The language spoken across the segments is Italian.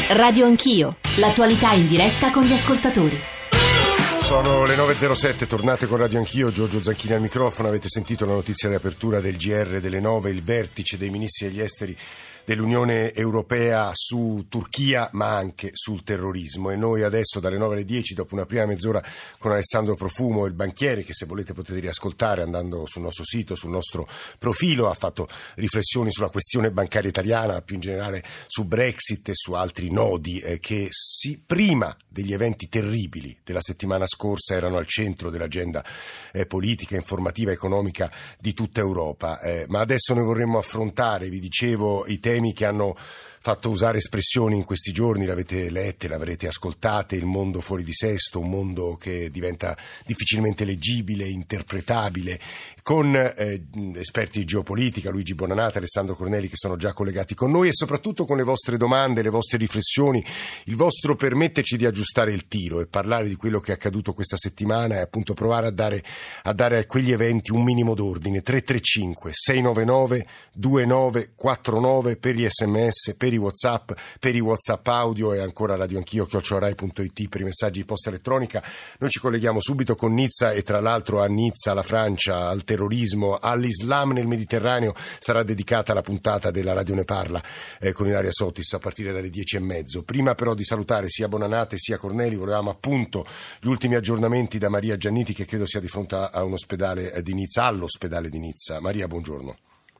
Radio Anch'io, l'attualità in diretta con gli ascoltatori. Sono le 9.07, tornate con Radio Anch'io, Giorgio Zanchini al microfono. Avete sentito la notizia di apertura del GR delle 9, il vertice dei ministri degli esteri dell'Unione Europea su Turchia ma anche sul terrorismo, e noi adesso dalle 9 alle 10, dopo una prima mezz'ora con Alessandro Profumo, il banchiere, che se volete potete riascoltare andando sul nostro sito, sul nostro profilo. Ha fatto riflessioni sulla questione bancaria italiana, più in generale su Brexit e su altri nodi che prima degli eventi terribili della settimana scorsa erano al centro dell'agenda politica, informativa, economica di tutta Europa, ma adesso noi vorremmo affrontare, vi dicevo, i temi che hanno fatto usare espressioni in questi giorni, l'avete lette, l'avrete ascoltate: il mondo fuori di sesto, un mondo che diventa difficilmente leggibile, interpretabile, con esperti di geopolitica, Luigi Bonanata, Alessandro Corneli, che sono già collegati con noi, e soprattutto con le vostre domande, le vostre riflessioni, il vostro permetterci di aggiustare il tiro e parlare di quello che è accaduto questa settimana, e appunto provare a dare a quegli eventi un minimo d'ordine. 335 699 2949 per gli sms, per i WhatsApp, per i WhatsApp audio, e ancora radioanchio@rai.it per i messaggi di posta elettronica. Noi ci colleghiamo subito con Nizza, e tra l'altro a Nizza, alla Francia, al terrorismo, all'Islam nel Mediterraneo sarà dedicata la puntata della Radio Ne Parla con Ilaria Sotis a partire dalle 10:30. Prima però di salutare sia Bonanate sia Corneli, volevamo appunto gli ultimi aggiornamenti da Maria Gianniti, che credo sia di fronte a un ospedale di Nizza, all'ospedale di Nizza. Maria, buongiorno.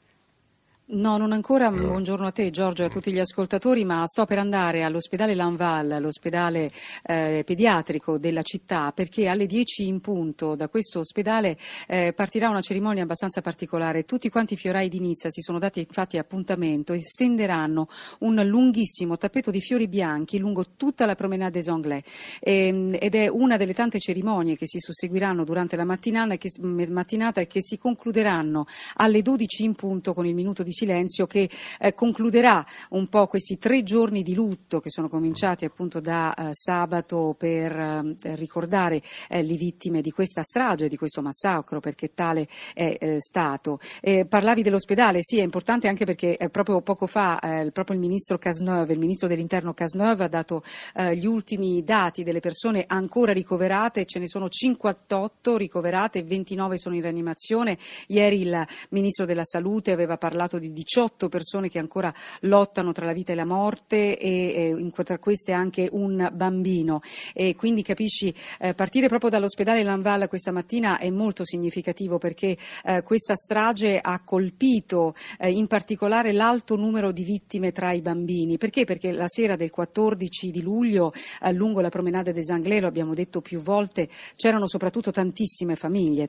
No, non ancora. Buongiorno a te, Giorgio, e a tutti gli ascoltatori, ma sto per andare all'ospedale Lanval, all'ospedale pediatrico della città, perché alle 10 in punto da questo ospedale partirà una cerimonia abbastanza particolare. Tutti quanti i fiorai di Nizza si sono dati infatti appuntamento e stenderanno un lunghissimo tappeto di fiori bianchi lungo tutta la Promenade des Anglais, ed è una delle tante cerimonie che si susseguiranno durante la mattinata e che si concluderanno alle 12 in punto con il minuto di silenzio che concluderà un po' questi 3 giorni di lutto che sono cominciati appunto da sabato per ricordare le vittime di questa strage, di questo massacro, perché tale è stato. Parlavi dell'ospedale, sì, è importante anche perché proprio poco fa proprio il ministro Cazeneuve, il ministro dell'interno Cazeneuve, ha dato gli ultimi dati delle persone ancora ricoverate. Ce ne sono 58 ricoverate, 29 sono in rianimazione. Ieri il ministro della salute aveva parlato di 18 persone che ancora lottano tra la vita e la morte, e tra queste anche un bambino, e quindi capisci, partire proprio dall'ospedale Lanval questa mattina è molto significativo, perché questa strage ha colpito in particolare l'alto numero di vittime tra i bambini. Perché? Perché la sera del 14 di luglio lungo la Promenade des Anglais, lo abbiamo detto più volte, c'erano soprattutto tantissime famiglie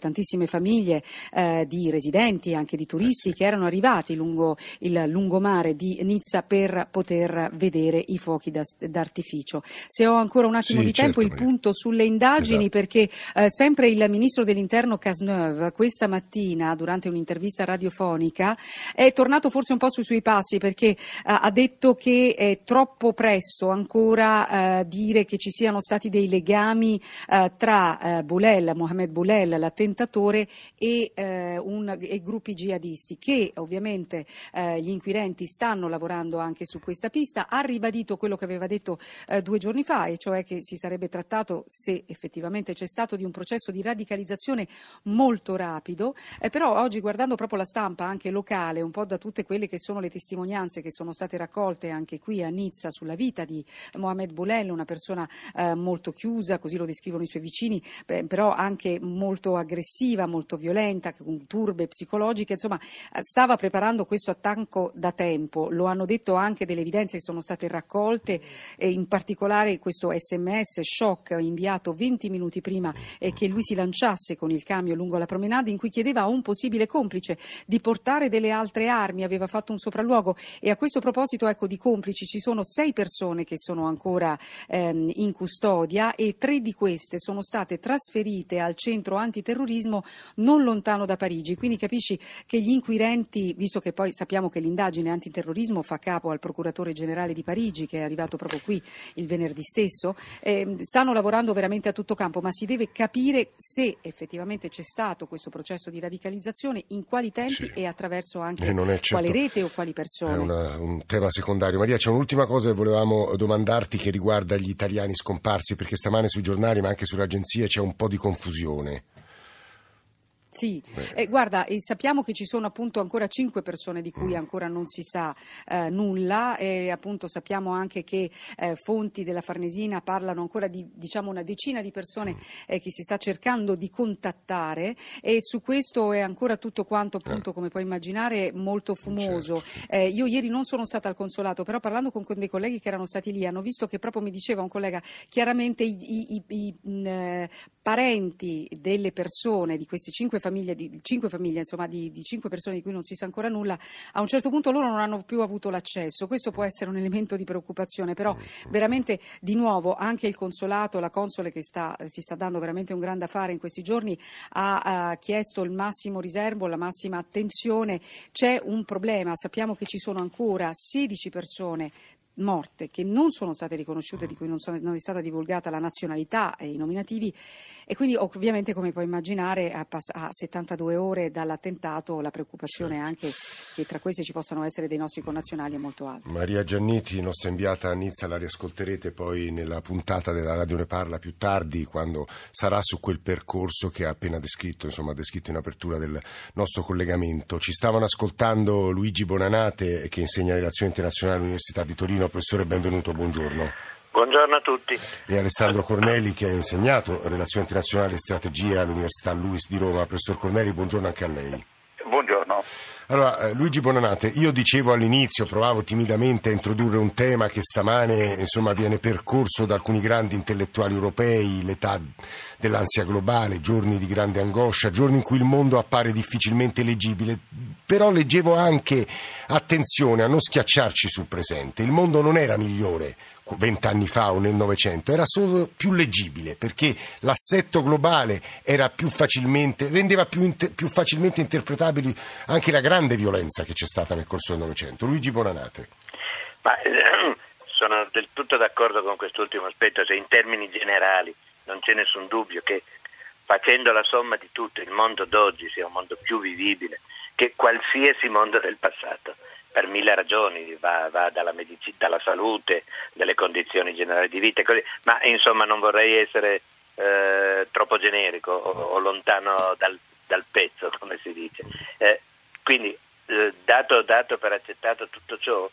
di residenti, anche di turisti, che erano arrivati lungo il lungomare di Nizza per poter vedere i fuochi d'artificio. Se ho ancora un attimo di tempo, il punto sulle indagini, esatto. Perché sempre il ministro dell'interno Cazeneuve questa mattina, durante un'intervista radiofonica, è tornato forse un po' sui suoi passi, perché ha detto che è troppo presto ancora dire che ci siano stati dei legami tra Mohamed Boulel, l'attentatore, e gruppi jihadisti, che ovviamente gli inquirenti stanno lavorando anche su questa pista. Ha ribadito quello che aveva detto 2 giorni fa, e cioè che si sarebbe trattato, se effettivamente c'è stato, di un processo di radicalizzazione molto rapido, però oggi, guardando proprio la stampa anche locale, un po' da tutte quelle che sono le testimonianze che sono state raccolte anche qui a Nizza sulla vita di Mohamed Boulel, una persona molto chiusa, così lo descrivono i suoi vicini, però anche molto aggressiva, molto violenta, con turbe psicologiche, insomma stava preparando questo attacco da tempo. Lo hanno detto anche delle evidenze che sono state raccolte, e in particolare questo SMS shock inviato 20 minuti prima che lui si lanciasse con il camion lungo la promenade, in cui chiedeva a un possibile complice di portare delle altre armi. Aveva fatto un sopralluogo, e a questo proposito, ecco, di complici ci sono 6 persone che sono ancora in custodia, e 3 di queste sono state trasferite al centro antiterrorismo non lontano da Parigi. Quindi capisci che gli inquirenti, visto che e poi sappiamo che l'indagine antiterrorismo fa capo al procuratore generale di Parigi, che è arrivato proprio qui il venerdì stesso. Stanno lavorando veramente a tutto campo, ma si deve capire se effettivamente c'è stato questo processo di radicalizzazione, in quali tempi e attraverso anche quale rete o quali persone. È un tema secondario. Maria, c'è un'ultima cosa che volevamo domandarti che riguarda gli italiani scomparsi, perché stamane sui giornali ma anche sulle agenzie c'è un po' di confusione. Sì, guarda, sappiamo che ci sono appunto ancora 5 persone di cui ancora non si sa nulla, e appunto sappiamo anche che fonti della Farnesina parlano ancora di una decina di persone che si sta cercando di contattare, e su questo è ancora tutto quanto appunto, come puoi immaginare, molto fumoso. Certo. Io ieri non sono stata al consolato, però parlando con dei colleghi che erano stati lì, hanno visto che proprio mi diceva un collega, chiaramente i parenti delle persone, di queste 5 famiglie, di 5 persone di cui non si sa ancora nulla, a un certo punto loro non hanno più avuto l'accesso. Questo può essere un elemento di preoccupazione, però veramente di nuovo anche il consolato, la console che si sta dando veramente un grande affare in questi giorni, ha chiesto il massimo riservo, la massima attenzione. C'è un problema, sappiamo che ci sono ancora 16 persone morte che non sono state riconosciute, di cui non è stata divulgata la nazionalità e i nominativi, e quindi ovviamente, come puoi immaginare, a 72 ore dall'attentato la preoccupazione anche che tra questi ci possano essere dei nostri connazionali è molto alta. Maria Gianniti, nostra inviata a Nizza, la riascolterete poi nella puntata della Radio Ne Parla più tardi, quando sarà su quel percorso che ha appena descritto, ha descritto in apertura del nostro collegamento. Ci stavano ascoltando Luigi Bonanate, che insegna relazioni internazionali all'Università di Torino. Professore, benvenuto, buongiorno. Buongiorno a tutti. E Alessandro Corneli, che ha insegnato relazioni internazionali e strategie all'Università Luis di Roma. Professor Corneli, buongiorno anche a lei. Buongiorno. Allora, Luigi Bonanate, io dicevo all'inizio, provavo timidamente a introdurre un tema che stamane viene percorso da alcuni grandi intellettuali europei, l'età dell'ansia globale, giorni di grande angoscia, giorni in cui il mondo appare difficilmente leggibile, però leggevo anche attenzione a non schiacciarci sul presente. Il mondo non era migliore 20 anni fa o nel Novecento, era solo più leggibile, perché l'assetto globale era rendeva più facilmente interpretabili anche la grande violenza che c'è stata nel corso del Novecento. Luigi Bonanate. Sono del tutto d'accordo con quest'ultimo aspetto, in termini generali non c'è nessun dubbio che, facendo la somma di tutto, il mondo d'oggi sia un mondo più vivibile che qualsiasi mondo del passato, per mille ragioni, va dalla medicina, dalla salute, dalle condizioni generali di vita, così. Ma insomma non vorrei essere troppo generico o lontano dal pezzo, come si dice. Quindi dato per accettato tutto ciò,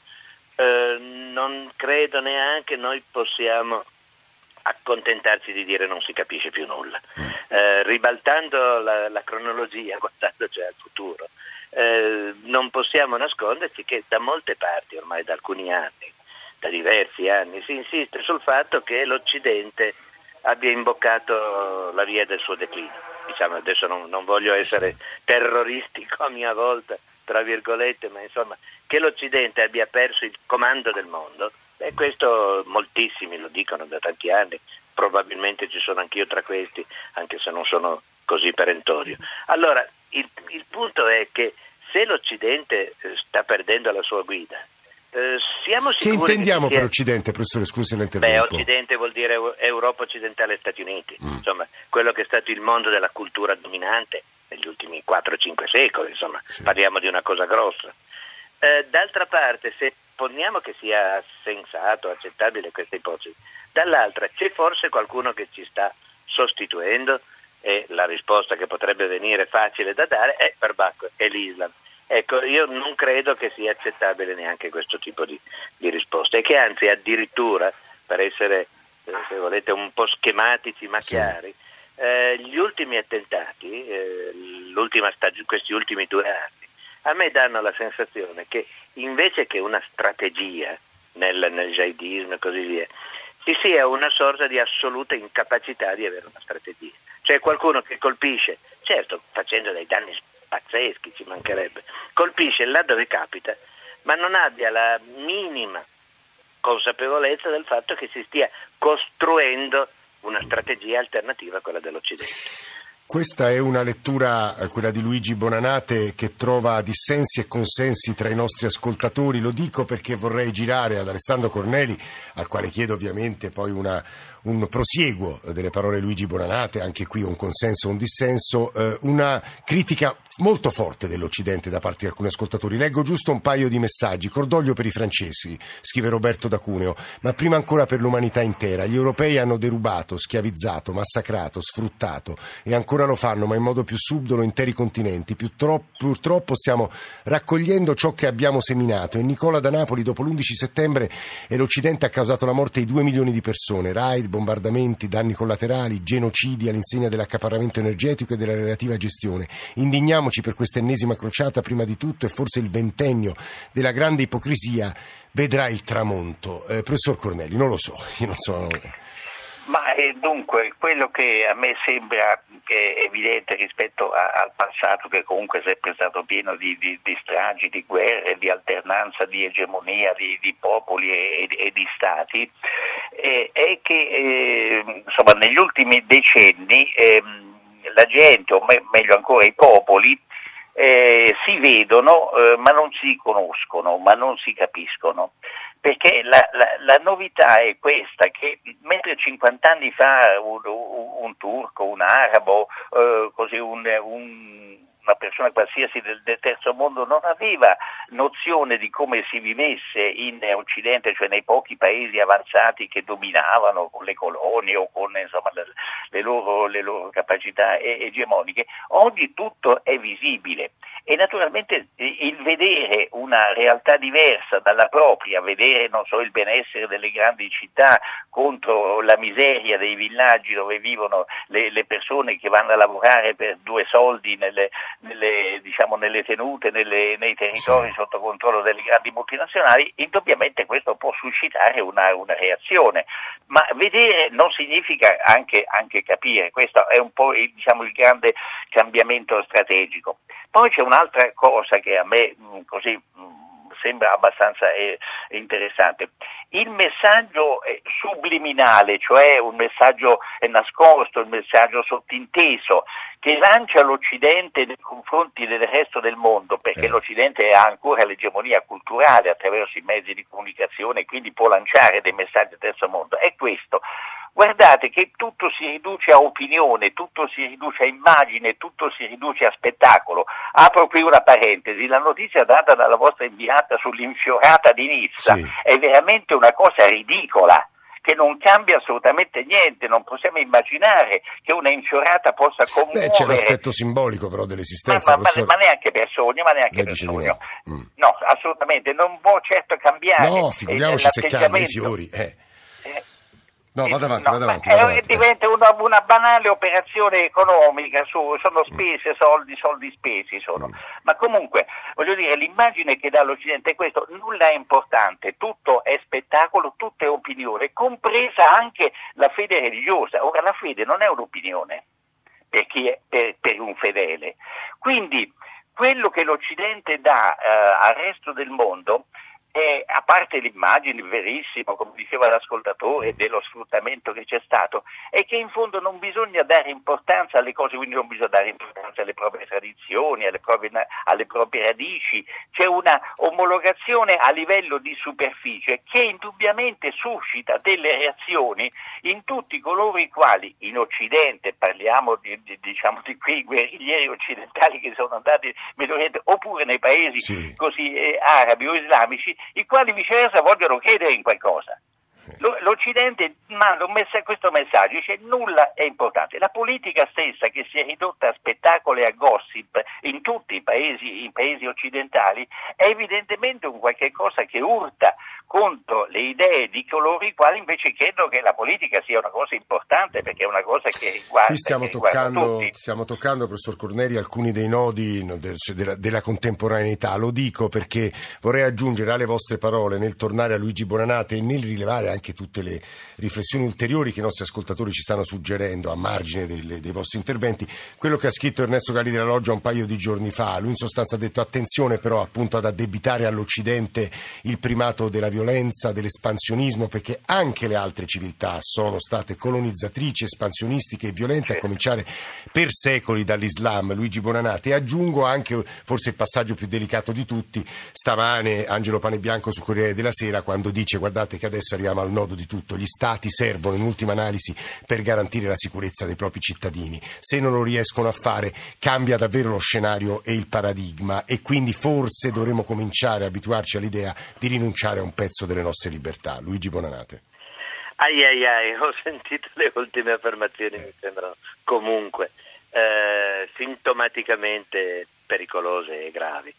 non credo neanche noi possiamo accontentarci di dire non si capisce più nulla. Ribaltando la cronologia, guardando cioè al futuro, non possiamo nasconderci che da molte parti, ormai da alcuni anni, da diversi anni, si insiste sul fatto che l'Occidente abbia imboccato la via del suo declino. Adesso non voglio essere terroristico a mia volta, tra virgolette, ma che l'Occidente abbia perso il comando del mondo, questo moltissimi lo dicono da tanti anni, probabilmente ci sono anch'io tra questi, anche se non sono così perentorio. Allora, il punto è che se l'Occidente sta perdendo la sua guida, siamo sicuri. Che intendiamo per Occidente, professore? Scusi l'intervento. Occidente vuol dire Europa occidentale e Stati Uniti, quello che è stato il mondo della cultura dominante negli ultimi 4-5 secoli, sì. Parliamo di una cosa grossa. D'altra parte, se poniamo che sia sensato, accettabile questa ipotesi, dall'altra c'è forse qualcuno che ci sta sostituendo, e la risposta che potrebbe venire facile da dare è l'Islam. Ecco, io non credo che sia accettabile neanche questo tipo di risposta, e che anzi addirittura, per essere, se volete, un po' schematici ma chiari, gli ultimi attentati, questi ultimi 2 anni, a me danno la sensazione che invece che una strategia nel jihadismo e così via, ci sia una sorta di assoluta incapacità di avere una strategia. Cioè qualcuno che colpisce, certo facendo dei danni pazzeschi, ci mancherebbe, colpisce là dove capita, ma non abbia la minima consapevolezza del fatto che si stia costruendo una strategia alternativa a quella dell'Occidente. Questa è una lettura, quella di Luigi Bonanate, che trova dissensi e consensi tra i nostri ascoltatori. Lo dico perché vorrei girare ad Alessandro Corneli, al quale chiedo ovviamente poi un prosieguo delle parole di Luigi Bonanate, anche qui un consenso o un dissenso, una critica molto forte dell'Occidente da parte di alcuni ascoltatori. Leggo giusto un paio di messaggi. Cordoglio per i francesi, scrive Roberto da Cuneo, ma prima ancora per l'umanità intera. Gli europei hanno derubato, schiavizzato, massacrato, sfruttato e ancora lo fanno, ma in modo più subdolo, interi continenti. Purtroppo stiamo raccogliendo ciò che abbiamo seminato, e Nicola da Napoli, dopo l'11 settembre e l'Occidente ha causato la morte di 2 milioni di persone, raid, bombardamenti, danni collaterali, genocidi all'insegna dell'accaparramento energetico e della relativa gestione. Indigniamoci per questa ennesima crociata, prima di tutto, e forse il ventennio della grande ipocrisia vedrà il tramonto. Professor Corneli, non lo so, io non so. Ma dunque, quello che a me sembra che è evidente rispetto al passato, che comunque è sempre stato pieno di stragi, di guerre, di alternanza, di egemonia di popoli e di stati, è che insomma negli ultimi decenni la gente, o meglio ancora i popoli, si vedono ma non si conoscono, ma non si capiscono. Perché la novità è questa, che mentre 50 anni fa un turco, un arabo, una persona qualsiasi del terzo mondo non aveva nozione di come si vivesse in Occidente, cioè nei pochi paesi avanzati che dominavano con le colonie o con insomma le loro capacità egemoniche, oggi tutto è visibile. E naturalmente il vedere una realtà diversa dalla propria, vedere non so il benessere delle grandi città contro la miseria dei villaggi dove vivono le persone che vanno a lavorare per 2 soldi nelle tenute, nei territori sotto controllo delle grandi multinazionali, indubbiamente questo può suscitare una reazione. Ma vedere non significa anche capire, questo è un po' il grande cambiamento strategico. Poi c'è un'altra cosa che a me così sembra abbastanza interessante. Il messaggio subliminale, cioè un messaggio nascosto, il messaggio sottinteso che lancia l'Occidente nei confronti del resto del mondo, perché l'Occidente ha ancora l'egemonia culturale attraverso i mezzi di comunicazione e quindi può lanciare dei messaggi al terzo mondo, è questo. Guardate che tutto si riduce a opinione, tutto si riduce a immagine, tutto si riduce a spettacolo. Apro qui una parentesi, la notizia data dalla vostra inviata sull'infiorata di Nizza è veramente una cosa ridicola, che non cambia assolutamente niente. Non possiamo immaginare che una infiorata possa commuovere. C'è l'aspetto simbolico però dell'esistenza. Ma neanche per sogno, No, assolutamente, non può certo cambiare. No, figuriamoci se cambia i fiori. No, vado avanti. Diventa una banale operazione economica, sono spese, soldi spesi sono. Ma comunque, voglio dire, l'immagine che dà l'Occidente è questo: nulla è importante, tutto è spettacolo, tutto è opinione, compresa anche la fede religiosa. Ora, la fede non è un'opinione per chi è per un fedele. Quindi, quello che l'Occidente dà al resto del mondo, a parte l'immagine verissima, come diceva l'ascoltatore, dello sfruttamento che c'è stato, è che in fondo non bisogna dare importanza alle cose, quindi non bisogna dare importanza alle proprie tradizioni, alle proprie radici. C'è una omologazione a livello di superficie che indubbiamente suscita delle reazioni in tutti coloro i quali in Occidente, parliamo di quei guerriglieri occidentali che sono andati in Medio Oriente, oppure nei paesi così arabi o islamici, i quali viceversa vogliono credere in qualcosa. L'Occidente manda questo messaggio, dice nulla è importante. La politica stessa, che si è ridotta a spettacolo e a gossip in tutti i paesi occidentali, è evidentemente un qualche cosa che urta contro le idee di coloro i quali invece credono che la politica sia una cosa importante, perché è una cosa che riguarda. Qui stiamo toccando, professor Corneli, alcuni dei nodi della contemporaneità. Lo dico perché vorrei aggiungere alle vostre parole, nel tornare a Luigi Bonanate e nel rilevare anche tutte le riflessioni ulteriori che i nostri ascoltatori ci stanno suggerendo a margine dei vostri interventi. Quello che ha scritto Ernesto Galli della Loggia un paio di giorni fa, lui in sostanza ha detto attenzione però appunto ad addebitare all'Occidente il primato della violenza, dell'espansionismo, perché anche le altre civiltà sono state colonizzatrici, espansionistiche e violente, a cominciare per secoli dall'Islam. Luigi Bonanate. E aggiungo anche forse il passaggio più delicato di tutti, stamane Angelo Panebianco su Corriere della Sera, quando dice guardate che adesso arriviamo al nodo di tutto, gli stati servono in ultima analisi per garantire la sicurezza dei propri cittadini, se non lo riescono a fare cambia davvero lo scenario e il paradigma, e quindi forse dovremo cominciare a abituarci all'idea di rinunciare a un pezzo delle nostre libertà. Luigi Bonanate. Ho sentito le ultime affermazioni, mi sembrano comunque sintomaticamente pericolose e gravi.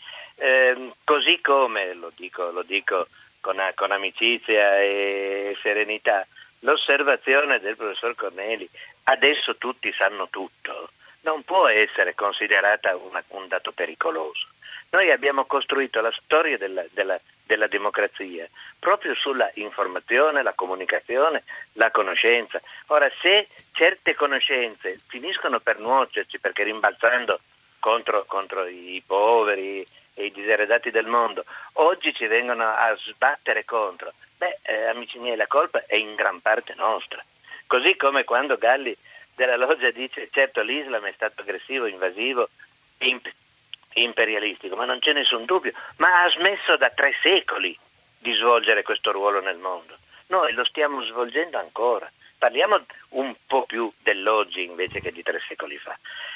Così come, lo dico con amicizia e serenità, l'osservazione del professor Corneli, adesso tutti sanno tutto, non può essere considerata un dato pericoloso. Noi abbiamo costruito la storia della democrazia proprio sulla informazione, la comunicazione, la conoscenza. Ora, se certe conoscenze finiscono per nuocerci perché rimbalzando contro i poveri e i diseredati del mondo, oggi ci vengono a sbattere contro, amici miei, la colpa è in gran parte nostra. Così come quando Galli della Loggia dice certo l'Islam è stato aggressivo, invasivo, imperialistico, ma non c'è nessun dubbio, ma ha smesso da 3 secoli di svolgere questo ruolo nel mondo. Noi lo stiamo svolgendo ancora. Parliamo un po' più dell'oggi invece che di 3 secoli fa.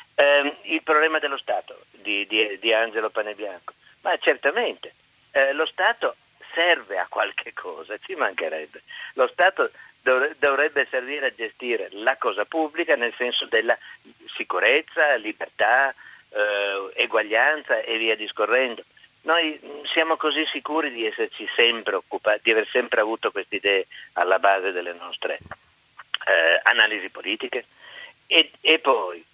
Il problema dello Stato di Angelo Panebianco, ma certamente lo Stato serve a qualche cosa, ci mancherebbe. Lo Stato dovrebbe servire a gestire la cosa pubblica nel senso della sicurezza, libertà, eguaglianza e via discorrendo. Noi siamo così sicuri di esserci sempre occupati, di aver sempre avuto queste idee alla base delle nostre analisi politiche e poi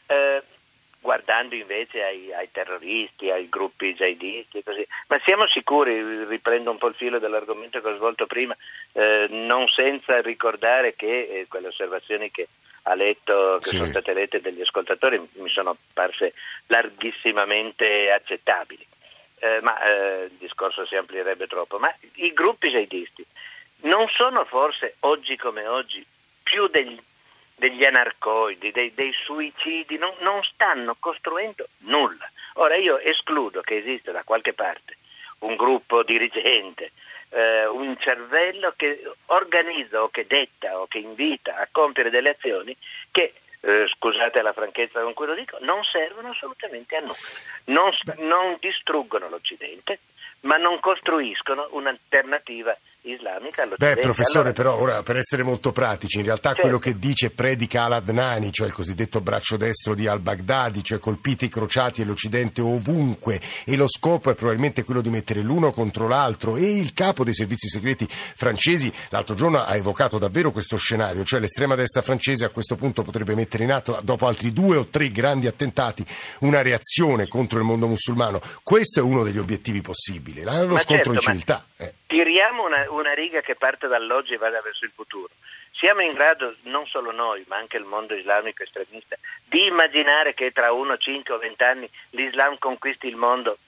guardando invece ai terroristi, ai gruppi jihadisti e così, ma siamo sicuri, riprendo un po' il filo dell'argomento che ho svolto prima, non senza ricordare che quelle osservazioni che ha letto, che sono state lette dagli ascoltatori, mi sono parse larghissimamente accettabili, ma il discorso si amplierebbe troppo. Ma i gruppi jihadisti non sono forse oggi come oggi più degli anarcoidi, dei suicidi, non stanno costruendo nulla. Ora io escludo che esista da qualche parte un gruppo dirigente, un cervello che organizza o che detta o che invita a compiere delle azioni che, scusate la franchezza con cui lo dico, non servono assolutamente a nulla, non distruggono l'Occidente, ma non costruiscono un'alternativa islamica all'Occidente. Professore, però ora per essere molto pratici, in realtà quello che dice predica al-Adnani, cioè il cosiddetto braccio destro di al-Baghdadi, cioè colpite i crociati e l'Occidente ovunque, e lo scopo è probabilmente quello di mettere l'uno contro l'altro, e il capo dei servizi segreti francesi l'altro giorno ha evocato davvero questo scenario, cioè l'estrema destra francese a questo punto potrebbe mettere in atto, dopo altri 2 o 3 grandi attentati, una reazione contro il mondo musulmano. Questo è uno degli obiettivi possibili, lo scontro di civiltà. Tiriamo una riga che parte dall'oggi e vada verso il futuro. Siamo in grado, non solo noi, ma anche il mondo islamico estremista, di immaginare che tra 1, 5 o 20 anni l'Islam conquisti il mondo,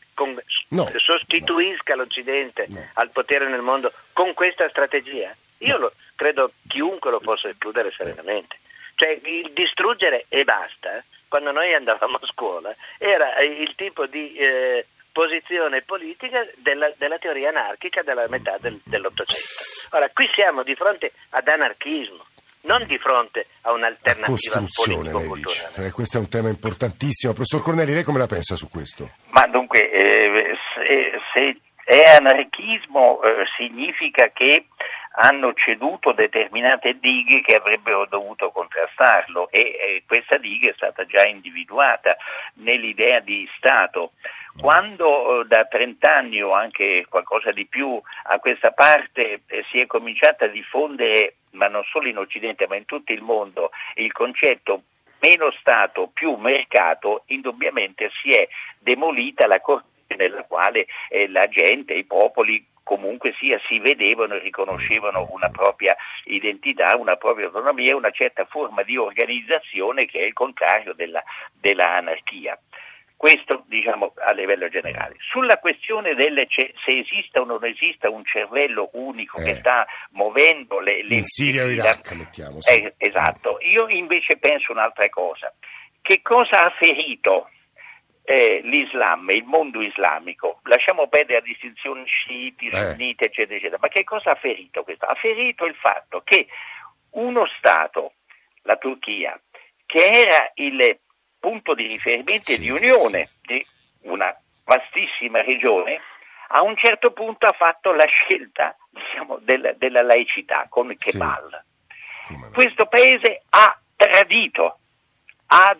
sostituisca l'Occidente al potere nel mondo con questa strategia? Io credo chiunque lo possa escludere serenamente. Cioè il distruggere e basta, quando noi andavamo a scuola, era il tipo di posizione politica della teoria anarchica della metà dell'Ottocento. Ora, qui siamo di fronte ad anarchismo, non di fronte a un'alternativa politico-culturale. Questo è un tema importantissimo. Professor Corneli, lei come la pensa su questo? Ma dunque, se è anarchismo significa che hanno ceduto determinate dighe che avrebbero dovuto contrastarlo, e questa diga è stata già individuata nell'idea di Stato. Quando da 30 anni o anche qualcosa di più a questa parte si è cominciata a diffondere, ma non solo in Occidente ma in tutto il mondo, il concetto meno Stato, più mercato, indubbiamente si è demolita la corrente nella quale la gente, i popoli comunque sia si vedevano e riconoscevano una propria identità, una propria autonomia e una certa forma di organizzazione che è il contrario della anarchia. Questo diciamo a livello generale. Sulla questione se esista o non esista un cervello unico che sta muovendo le in Siria o Iraq, mettiamo. Sì. Esatto. Io invece penso un'altra cosa. Che cosa ha ferito l'Islam, il mondo islamico? Lasciamo perdere la distinzione sciiti, sunniti, eccetera, eccetera. Ma che cosa ha ferito questo? Ha ferito il fatto che uno Stato, la Turchia, che era il punto di riferimento e di unione di una vastissima regione, a un certo punto ha fatto la scelta, diciamo, della laicità con Kemal. Questo paese ha tradito, ha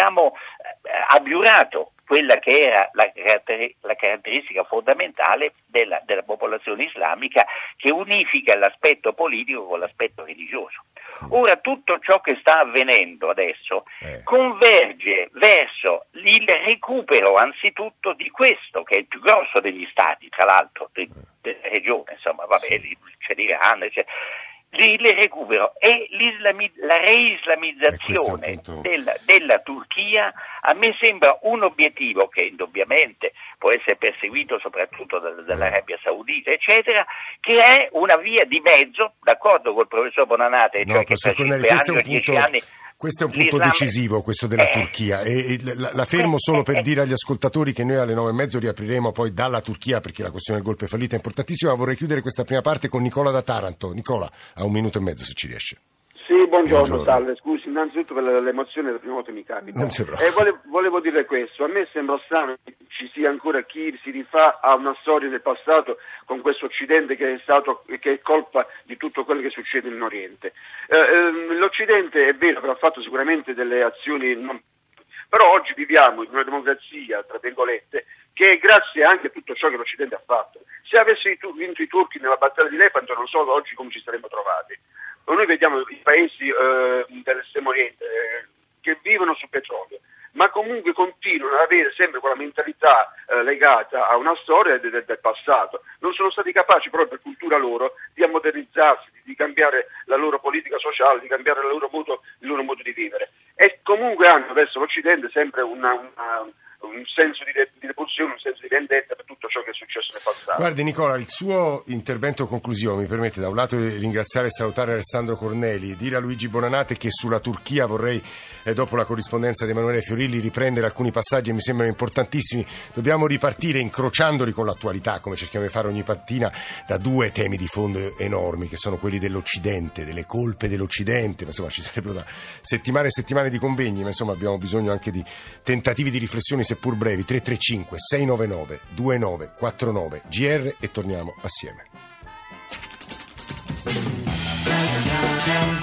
abiurato quella che era la caratteristica fondamentale della popolazione islamica, che unifica l'aspetto politico con l'aspetto religioso. Ora tutto ciò che sta avvenendo adesso converge verso il recupero anzitutto di questo, che è il più grosso degli stati, tra l'altro, della regione, insomma, c'è l'Iran, il recupero e la reislamizzazione della Turchia. A me sembra un obiettivo che indubbiamente può essere perseguito soprattutto dall'Arabia Saudita, eccetera, che è una via di mezzo, d'accordo col professor Bonanate, cioè che per 5 anni o 10 anni... Questo è un punto decisivo, questo della Turchia, e la fermo solo per dire agli ascoltatori che noi alle 9:30 riapriremo poi dalla Turchia, perché la questione del golpe fallita è importantissima. Vorrei chiudere questa prima parte con Nicola da Taranto. Nicola, ha 1 minuto e mezzo se ci riesce. Sì, buongiorno. Salve, scusi innanzitutto per l'emozione, la prima volta mi capita. Non si volevo dire questo, a me sembra strano che ci sia ancora chi si rifà a una storia del passato con questo Occidente che è colpa di tutto quello che succede in Oriente. L'Occidente è vero, avrà fatto sicuramente delle azioni però oggi viviamo in una democrazia, tra virgolette, che è grazie anche a tutto ciò che l'Occidente ha fatto. Se avessi vinto i turchi nella battaglia di Lepanto, non so oggi come ci saremmo trovati. Noi vediamo i paesi dell'estremo oriente che vivono sul petrolio, ma comunque continuano ad avere sempre quella mentalità legata a una storia del passato. Non sono stati capaci proprio per cultura loro di ammodernizzarsi, di cambiare la loro politica sociale, di cambiare il loro modo di vivere. E comunque hanno verso l'Occidente sempre un senso di repulsione, un senso di vendetta per tutto ciò che è successo nel passato. Guardi Nicola, il suo intervento conclusivo mi permette da un lato di ringraziare e salutare Alessandro Corneli e dire a Luigi Bonanate che sulla Turchia vorrei, dopo la corrispondenza di Emanuele Fiorilli, riprendere alcuni passaggi che mi sembrano importantissimi. Dobbiamo ripartire incrociandoli con l'attualità, come cerchiamo di fare ogni mattina, da 2 temi di fondo enormi, che sono quelli dell'Occidente, delle colpe dell'Occidente. Ma insomma, ci sarebbero da settimane e settimane di convegni, ma insomma abbiamo bisogno anche di tentativi di riflessioni seppur brevi. 335 699 2949 GR e torniamo assieme.